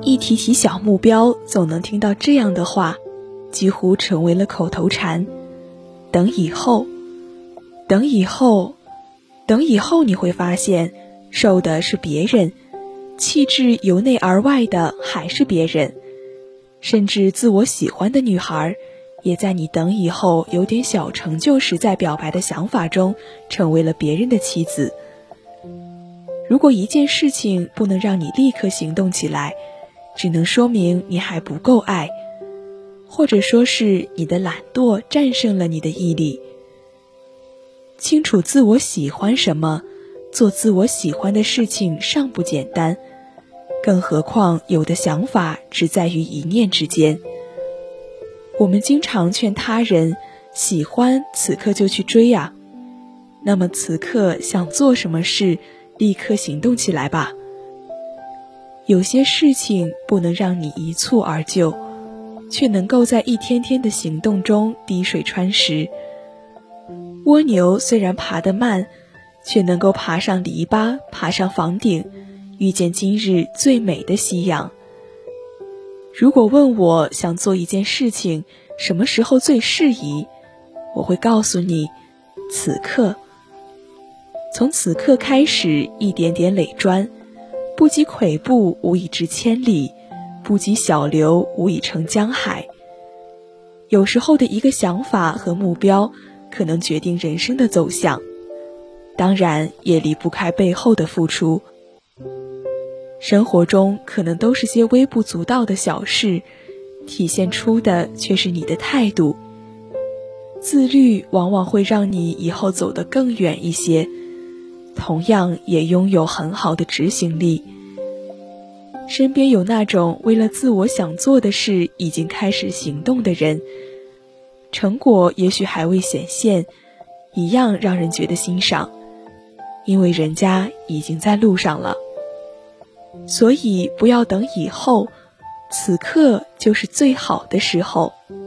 一提起小目标，总能听到这样的话，几乎成为了口头禅。等以后，等以后，等以后，你会发现受的是别人，气质由内而外的还是别人，甚至自我喜欢的女孩，也在你等以后有点小成就时再表白的想法中，成为了别人的妻子。如果一件事情不能让你立刻行动起来，只能说明你还不够爱，或者说是你的懒惰战胜了你的毅力。清楚自我喜欢什么，做自我喜欢的事情尚不简单，更何况有的想法只在于一念之间。我们经常劝他人喜欢此刻就去追啊，那么此刻想做什么事，立刻行动起来吧。有些事情不能让你一蹴而就，却能够在一天天的行动中滴水穿石。蜗牛虽然爬得慢，却能够爬上篱笆，爬上房顶，遇见今日最美的夕阳。如果问我想做一件事情什么时候最适宜，我会告诉你，此刻。从此刻开始，一点点垒砖，不积跬步，无以至千里；不积小流，无以成江海。有时候的一个想法和目标，可能决定人生的走向，当然也离不开背后的付出。生活中可能都是些微不足道的小事，体现出的却是你的态度。自律往往会让你以后走得更远一些，同样也拥有很好的执行力。身边有那种为了自我想做的事已经开始行动的人，成果也许还未显现，一样让人觉得欣赏，因为人家已经在路上了。所以不要等以后，此刻就是最好的时候。